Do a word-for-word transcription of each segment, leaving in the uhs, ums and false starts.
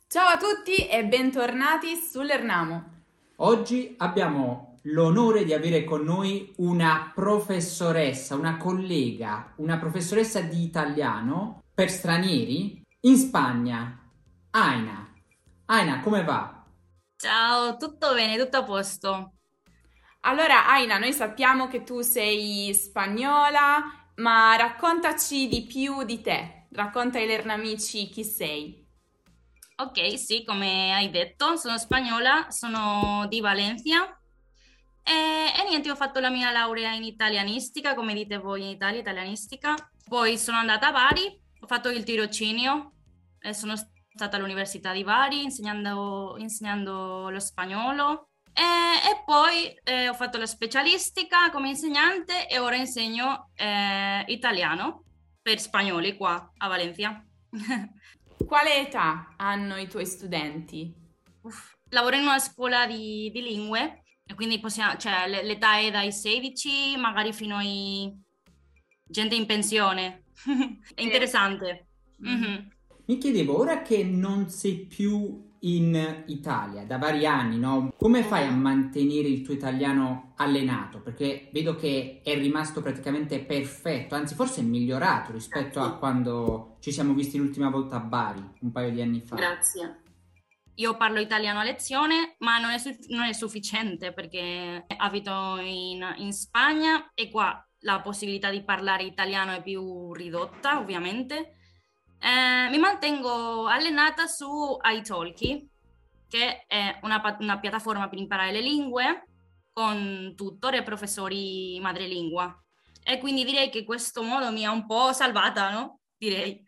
Ciao a tutti e bentornati sull'Ernamo. Oggi abbiamo l'onore di avere con noi una professoressa, una collega, una professoressa di italiano per stranieri in Spagna, Aina. Aina, come va? Ciao, tutto bene, tutto a posto. Allora, Aina, noi sappiamo che tu sei spagnola, ma raccontaci di più di te. Racconta ai Lernamici chi sei. Ok, sì, come hai detto, sono spagnola, sono di Valencia e, e niente, ho fatto la mia laurea in italianistica, come dite voi in Italia, italianistica. Poi sono andata a Bari, ho fatto il tirocinio e sono stata all'Università di Bari insegnando, insegnando lo spagnolo. E, e poi eh, ho fatto la specialistica come insegnante e ora insegno eh, italiano per spagnoli qua a Valencia. Quale età hanno i tuoi studenti? Uff, lavoro in una scuola di, di lingue e quindi possiamo, cioè, l- l'età è dai sedici magari fino ai gente in pensione. È Sì. interessante. Mhm. Mhm. Mi chiedevo, ora che non sei più in Italia da vari anni, no? Come fai a Mhm. mantenere il tuo italiano allenato? Perché vedo che è rimasto praticamente perfetto, anzi forse è migliorato rispetto a Grazie. quando ci siamo visti l'ultima volta a Bari, un paio di anni fa. Grazie. Io parlo italiano a lezione, ma non è, su- non è sufficiente perché abito in, in Spagna e qua la possibilità di parlare italiano è più ridotta, ovviamente. Eh, mi mantengo allenata su italki, che è una, pa- una piattaforma per imparare le lingue con tutor e professori madrelingua. E quindi direi che questo modo mi ha un po' salvata, no? Direi.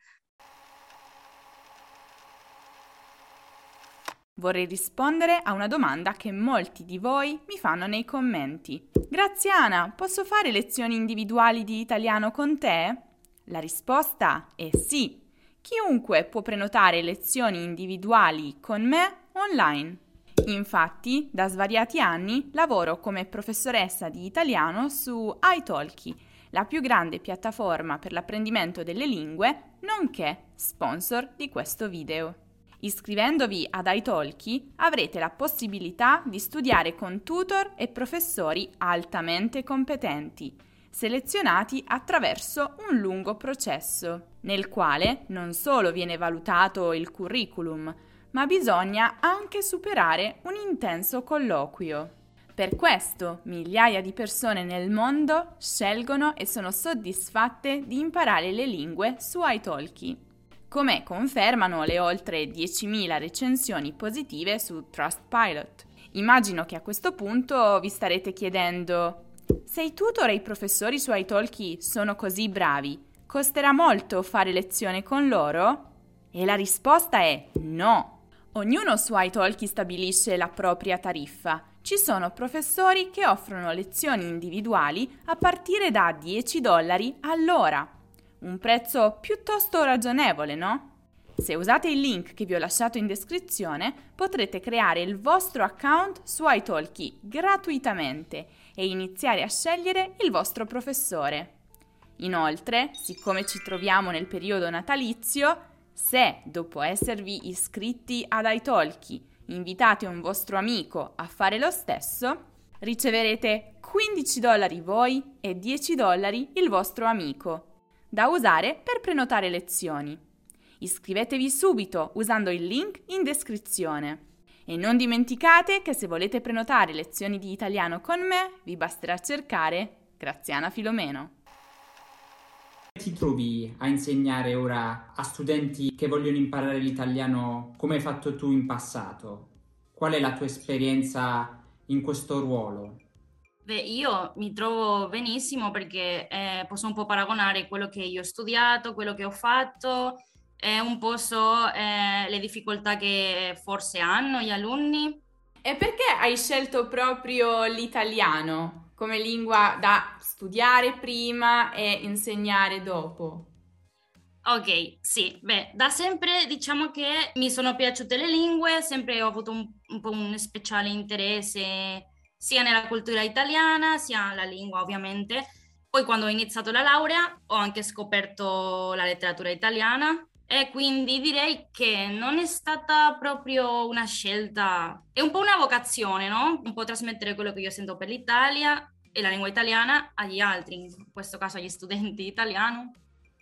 Vorrei rispondere a una domanda che molti di voi mi fanno nei commenti. Graziana, posso fare lezioni individuali di italiano con te? La risposta è sì. Chiunque può prenotare lezioni individuali con me online. Infatti, da svariati anni lavoro come professoressa di italiano su italki, la più grande piattaforma per l'apprendimento delle lingue, nonché sponsor di questo video. Iscrivendovi ad italki avrete la possibilità di studiare con tutor e professori altamente competenti, selezionati attraverso un lungo processo, nel quale non solo viene valutato il curriculum, ma bisogna anche superare un intenso colloquio. Per questo migliaia di persone nel mondo scelgono e sono soddisfatte di imparare le lingue su italki, come confermano le oltre diecimila recensioni positive su Trustpilot. Immagino che a questo punto vi starete chiedendo: se i tutor e i professori su italki sono così bravi, costerà molto fare lezione con loro? E la risposta è no. Ognuno su italki stabilisce la propria tariffa. Ci sono professori che offrono lezioni individuali a partire da dieci dollari all'ora. Un prezzo piuttosto ragionevole, no? Se usate il link che vi ho lasciato in descrizione, potrete creare il vostro account su italki gratuitamente e iniziare a scegliere il vostro professore. Inoltre, siccome ci troviamo nel periodo natalizio, se dopo esservi iscritti ad italki invitate un vostro amico a fare lo stesso, riceverete quindici dollari voi e dieci dollari il vostro amico, da usare per prenotare lezioni. Iscrivetevi subito usando il link in descrizione. E non dimenticate che se volete prenotare lezioni di italiano con me, vi basterà cercare Graziana Filomeno. Ti trovi a insegnare ora a studenti che vogliono imparare l'italiano come hai fatto tu in passato? Qual è la tua esperienza in questo ruolo? Beh, io mi trovo benissimo perché eh, posso un po' paragonare quello che io ho studiato, quello che ho fatto e un po' so eh, le difficoltà che forse hanno gli alunni. E perché hai scelto proprio l'italiano come lingua da studiare prima e insegnare dopo? Ok, sì, beh, da sempre diciamo che mi sono piaciute le lingue, sempre ho avuto un, un po' un speciale interesse sia nella cultura italiana, sia nella lingua ovviamente. Poi quando ho iniziato la laurea ho anche scoperto la letteratura italiana E quindi direi che non è stata proprio una scelta, è un po' una vocazione, no? Un po' trasmettere quello che io sento per l'Italia e la lingua italiana agli altri, in questo caso agli studenti italiani.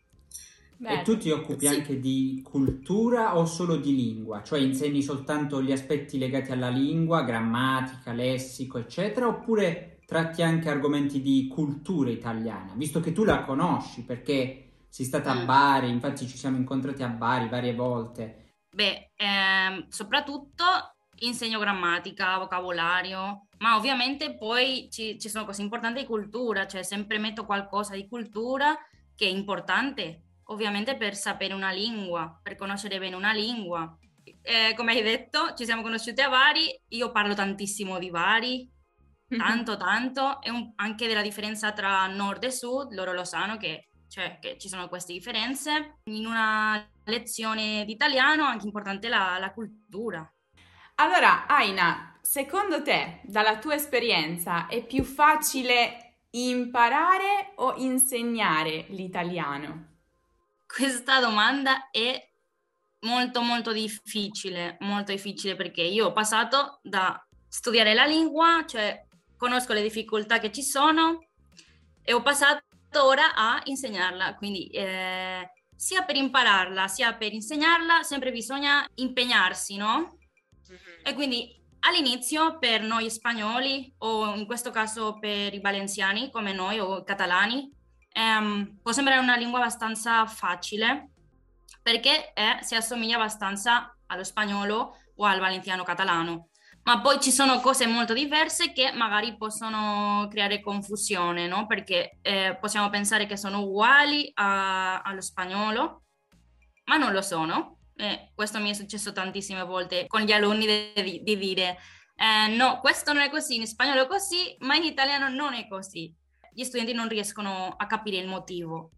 E tu ti occupi Sì. anche di cultura o solo di lingua? Cioè insegni soltanto gli aspetti legati alla lingua, grammatica, lessico, eccetera, oppure tratti anche argomenti di cultura italiana, visto che tu la conosci perché sei stata a Mm. Bari, infatti ci siamo incontrati a Bari varie volte. Beh, ehm, soprattutto insegno grammatica, vocabolario, ma ovviamente poi ci, ci sono cose importanti di cultura, cioè sempre metto qualcosa di cultura che è importante, ovviamente per sapere una lingua, per conoscere bene una lingua. Eh, come hai detto, ci siamo conosciuti a Bari, io parlo tantissimo di Bari, tanto tanto, e un- anche della differenza tra nord e sud, loro lo sanno che, cioè, che ci sono queste differenze. In una lezione di italiano è anche importante la, la cultura. Allora, Aina, secondo te, dalla tua esperienza, è più facile imparare o insegnare l'italiano? Questa domanda è molto molto difficile, molto difficile perché io ho passato da studiare la lingua, cioè conosco le difficoltà che ci sono e ho passato ora a insegnarla, quindi eh, sia per impararla sia per insegnarla sempre bisogna impegnarsi, no? E quindi all'inizio per noi spagnoli o in questo caso per i valenciani come noi o catalani ehm, può sembrare una lingua abbastanza facile perché eh, si assomiglia abbastanza allo spagnolo o al valenciano catalano, ma poi ci sono cose molto diverse che magari possono creare confusione, no? Perché eh, possiamo pensare che sono uguali a- allo spagnolo, ma non lo sono. Eh, questo mi è successo tantissime volte con gli alunni di, di dire eh, no, questo non è così, in spagnolo è così, ma in italiano non è così. Gli studenti non riescono a capire il motivo.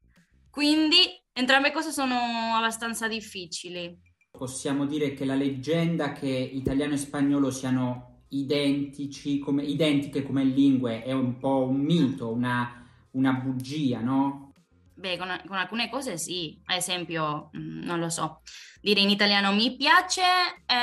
Quindi entrambe cose sono abbastanza difficili. Possiamo dire che la leggenda che italiano e spagnolo siano identici, come, identiche come lingue, è un po' un mito, una, una bugia, no? Beh, con, con alcune cose sì, ad esempio, mh, non lo so, dire in italiano mi piace eh,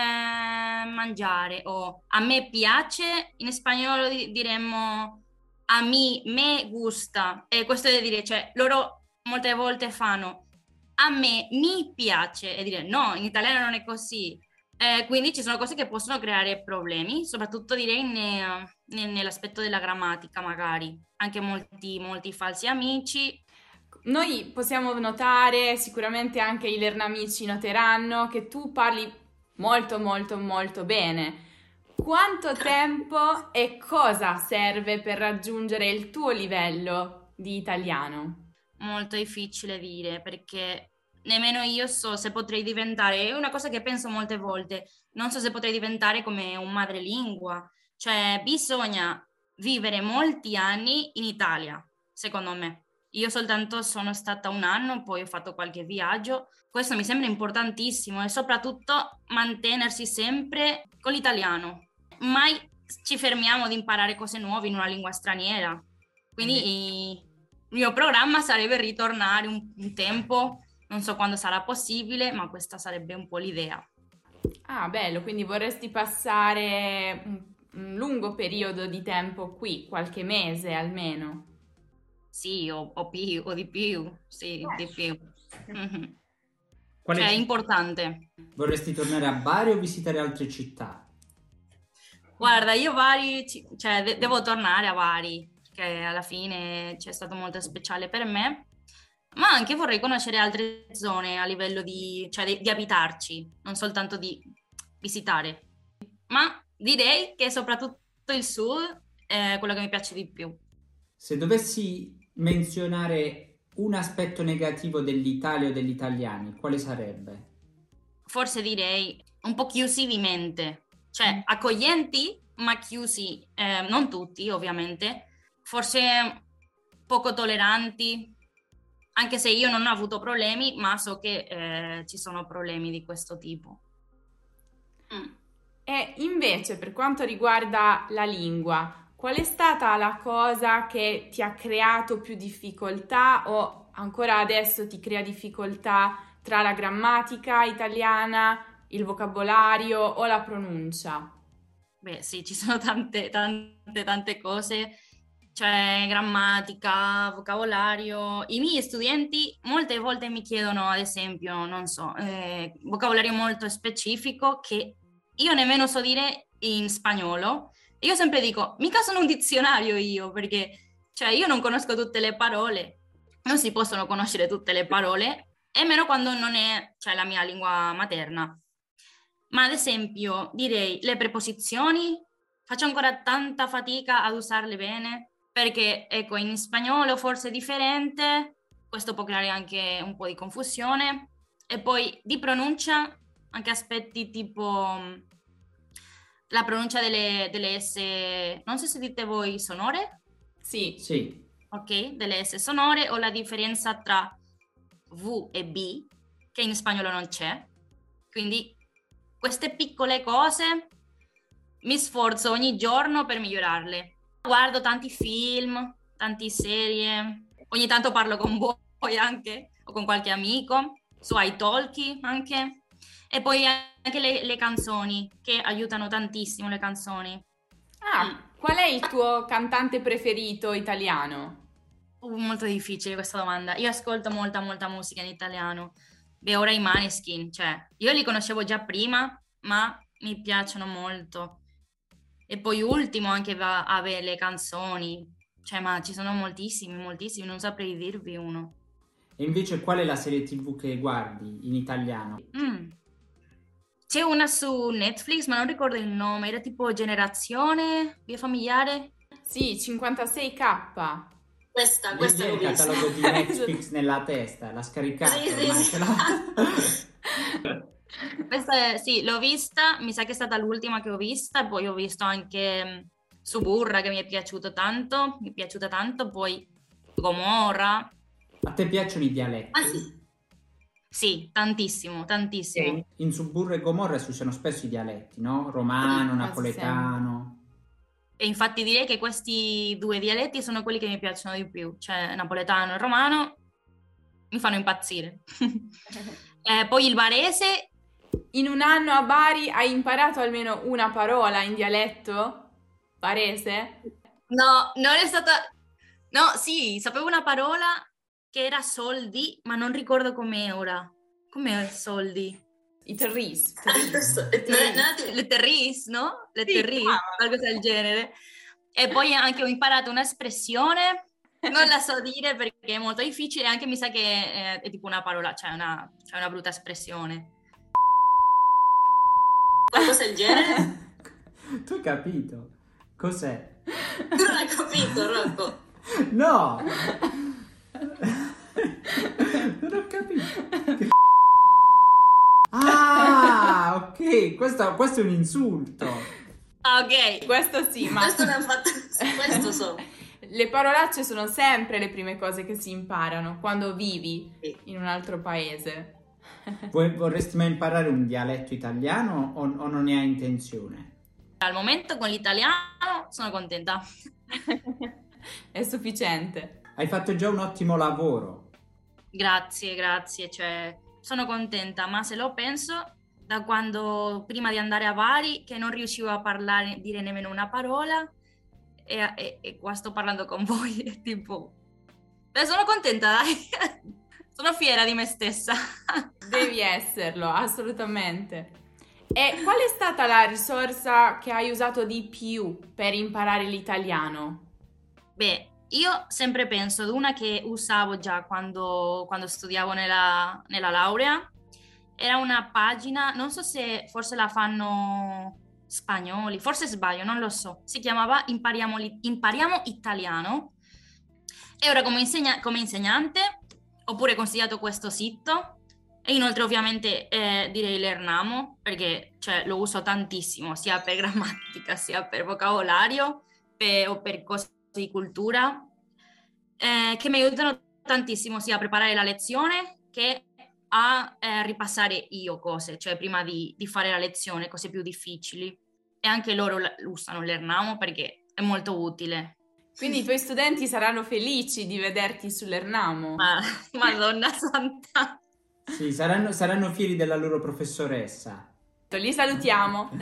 mangiare o a me piace, in spagnolo di- diremmo a mi, me gusta, e questo è da dire, cioè loro molte volte fanno a me mi piace e dire no, in italiano non è così. Eh, quindi ci sono cose che possono creare problemi, soprattutto direi ne- ne- nell'aspetto della grammatica magari, anche molti, molti falsi amici. Noi possiamo notare, sicuramente anche i lernamici noteranno, che tu parli molto molto molto bene. Quanto tempo e cosa serve per raggiungere il tuo livello di italiano? Molto difficile dire perché nemmeno io so se potrei diventare, è una cosa che penso molte volte, non so se potrei diventare come un madrelingua, cioè bisogna vivere molti anni in Italia, secondo me. Io soltanto sono stata un anno, poi ho fatto qualche viaggio, questo mi sembra importantimportantissimo e soprattutto mantenersi sempre con l'italiano. Mai ci fermiamo ad imparare cose nuove in una lingua straniera. Quindi il mio programma sarebbe ritornare un, un tempo, non so quando sarà possibile, ma questa sarebbe un po' l'idea. Ah, bello, quindi vorresti passare un, un lungo periodo di tempo qui, qualche mese almeno. Sì, o, o più, o di più, sì, di più. Mhm. Quale Cioè, è città importante. vorresti tornare a Bari o visitare altre città? Guarda, io Bari, ci- cioè, de- devo tornare a Bari, che alla fine c'è stato molto speciale per me, ma anche vorrei conoscere altre zone a livello di, cioè, di, di abitarci, non soltanto di visitare. Ma direi che soprattutto il sud è quello che mi piace di più. Se dovessi menzionare un aspetto negativo dell'Italia o degli italiani, quale sarebbe? Forse direi un po' chiusi di mente, cioè accoglienti ma chiusi, eh, non tutti ovviamente, forse poco tolleranti, anche se io non ho avuto problemi, ma so che eh, ci sono problemi di questo tipo. Mm. E invece, per quanto riguarda la lingua, qual è stata la cosa che ti ha creato più difficoltà o ancora adesso ti crea difficoltà tra la grammatica italiana, il vocabolario o la pronuncia? Beh, sì, ci sono tante, tante, tante cose, cioè grammatica, vocabolario. I miei studenti molte volte mi chiedono, ad esempio, non so, eh, vocabolario molto specifico che io nemmeno so dire in spagnolo. E io sempre dico, mica sono un dizionario io, perché cioè, io non conosco tutte le parole, non si possono conoscere tutte le parole, e meno quando non è, cioè, la mia lingua materna. Ma ad esempio, direi le preposizioni, faccio ancora tanta fatica ad usarle bene, perché ecco, in spagnolo forse è differente, questo può creare anche un po' di confusione, e poi di pronuncia, anche aspetti tipo mh, la pronuncia delle, delle S, non so se dite voi sonore, Sì. Sì. ok, delle S sonore, o la differenza tra V e B, che in spagnolo non c'è, quindi queste piccole cose mi sforzo ogni giorno per migliorarle. Guardo tanti film, tante serie, ogni tanto parlo con voi anche, o con qualche amico, su iTalki anche, e poi anche le, le canzoni, che aiutano tantissimo le canzoni. Ah, qual è il tuo cantante preferito italiano? Uh, molto difficile questa domanda. Io ascolto molta, molta musica in italiano. Beh, ora i Maneskin, cioè, io li conoscevo già prima, ma mi piacciono molto. E poi ultimo anche va a avere le canzoni, cioè, ma ci sono moltissimi, moltissimi, non saprei dirvi uno. E invece qual è la serie tivù che guardi in italiano? Mm. C'è una su Netflix, ma non ricordo il nome, era tipo Generazione, Via Familiare. Sì, cinquantasei K. Questa, Lì questa è l'ho il vista. catalogo di Netflix nella testa, l'ha scaricato Sì, sì, ormai, sì. ce l'ha. Questa è- sì, l'ho vista, mi sa che è stata l'ultima che ho vista, poi ho visto anche mh, Suburra, che mi è piaciuto tanto, mi è piaciuta tanto, poi Gomorra. A te piacciono i dialetti? Ah sì. Sì, tantissimo, tantissimo. In Suburra e Gomorra si usano spesso i dialetti, no? Romano, Sì, quasi napoletano. E infatti direi che questi due dialetti sono quelli che mi piacciono di più, cioè napoletano e romano mi fanno impazzire. Eh, poi il barese, In un anno a Bari hai imparato almeno una parola in dialetto? Barese? no, non è stata... No, sì, sapevo una parola che era soldi, ma non ricordo com'è ora. Com'è soldi? I terris. Le terris, no? Le Sì, terris, brava. qualcosa del genere. E poi anche ho imparato un'espressione, non la so dire perché è molto difficile, anche mi sa che è, è tipo una parola, cioè una, cioè una brutta espressione. Qualcosa del genere? Tu hai capito? Cos'è? Tu non hai capito, Rocco? No! Non ho capito. Ah, ok, questo, questo è un insulto. Ah, ok. Questo sì, ma Questo l'hanno fatto, questo so. le parolacce sono sempre le prime cose che si imparano quando vivi in un altro paese. Vuoi- vorresti mai imparare un dialetto italiano o, o non ne hai intenzione? Al momento con l'italiano sono contenta. È sufficiente. Hai fatto già un ottimo lavoro. Grazie, grazie, cioè sono contenta, ma se lo penso da quando prima di andare a Bari che non riuscivo a parlare, dire nemmeno una parola e, e- e qua sto parlando con voi, è tipo... Beh, sono contenta, dai, sono fiera di me stessa. Devi esserlo, assolutamente. E qual è stata la risorsa che hai usato di più per imparare l'italiano? Beh, io sempre penso ad una che usavo già quando, quando studiavo nella, nella laurea. Era una pagina, non so se forse la fanno spagnoli, forse sbaglio, non lo so. Si chiamava Impariamo, li- Impariamo Italiano. E ora come, insegna- come insegnante ho pure consigliato questo sito. E inoltre ovviamente eh, direi l'Ernamo, perché cioè, lo uso tantissimo, sia per grammatica, sia per vocabolario pe- o per cose di cultura, eh, che mi aiutano tantissimo sia a preparare la lezione che a eh, ripassare io cose, cioè prima di, di fare la lezione, cose più difficili. E anche loro la- usano l'Ernamo perché è molto utile. Quindi i tuoi studenti saranno felici di vederti sull'Ernamo. Ma Madonna Santa! Sì, saranno, saranno fieri della loro professoressa. Li salutiamo.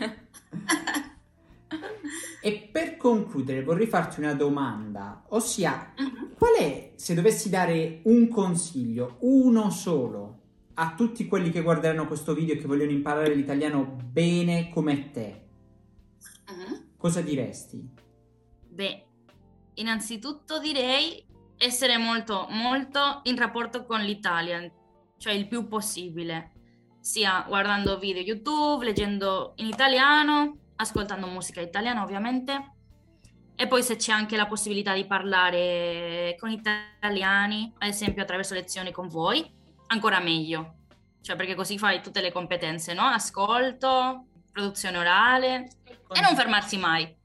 E per concludere vorrei farti una domanda, ossia, qual è, se dovessi dare un consiglio, uno solo, a tutti quelli che guarderanno questo video e che vogliono imparare l'italiano bene come te, Uh-huh. cosa diresti? Beh, innanzitutto direi essere molto, molto in rapporto con l'Italia, cioè il più possibile, sia guardando video YouTube, leggendo in italiano, ascoltando musica italiana ovviamente, e poi se c'è anche la possibilità di parlare con italiani, ad esempio attraverso lezioni con voi, ancora meglio, cioè perché così fai tutte le competenze, no? Ascolto, produzione orale e non fermarsi mai.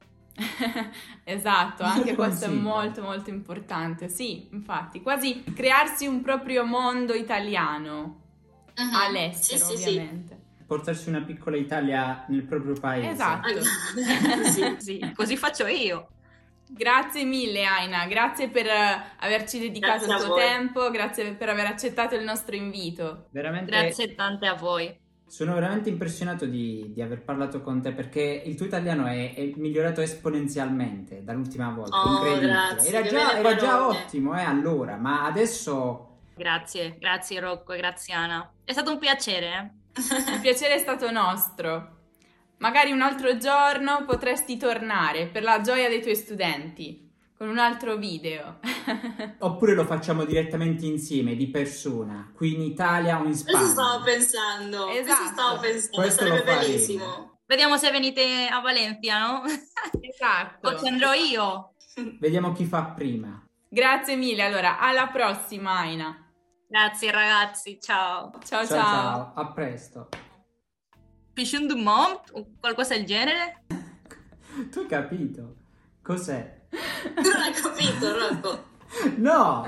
Esatto, anche questo è Consiglio. molto molto importante. Sì, infatti, quasi crearsi un proprio mondo italiano Mhm. all'estero, Sì, sì, sì. ovviamente. Portarsi una piccola Italia nel proprio paese. Esatto. Sì, sì, così faccio io. Grazie mille Aina, grazie per eh, averci dedicato Grazie il a tuo voi. tempo, grazie per aver accettato il nostro invito. Veramente, Grazie tante a voi. sono veramente impressionato di, di aver parlato con te perché il tuo italiano è, è migliorato esponenzialmente dall'ultima volta, Oh, incredibile. grazie, Era che già, belle era già parole. ottimo, eh, allora, ma adesso Grazie, grazie Rocco e Graziana. È stato un piacere, eh? Il piacere è stato nostro. Magari un altro giorno potresti tornare per la gioia dei tuoi studenti con un altro video. oppure lo facciamo direttamente insieme, di persona, qui in Italia o in Questo Spagna. stavo pensando, questo Esatto. stavo pensando, Questo lo sarebbe faremo. bellissimo. Vediamo se venite a Valencia, no? Esatto. O ci andrò io. Vediamo chi fa prima. Grazie mille. Allora, alla prossima Aina. Grazie ragazzi, ciao. Ciao Ciao ciao. ciao, a presto. Pisciun du Mont o qualcosa del genere? Tu hai capito? Cos'è? Tu non hai capito, Rocco? No!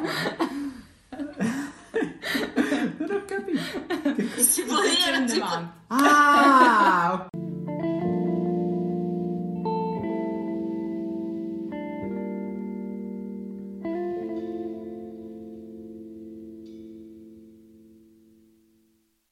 Non ho capito. Che- Si può dire, non si può... Ah!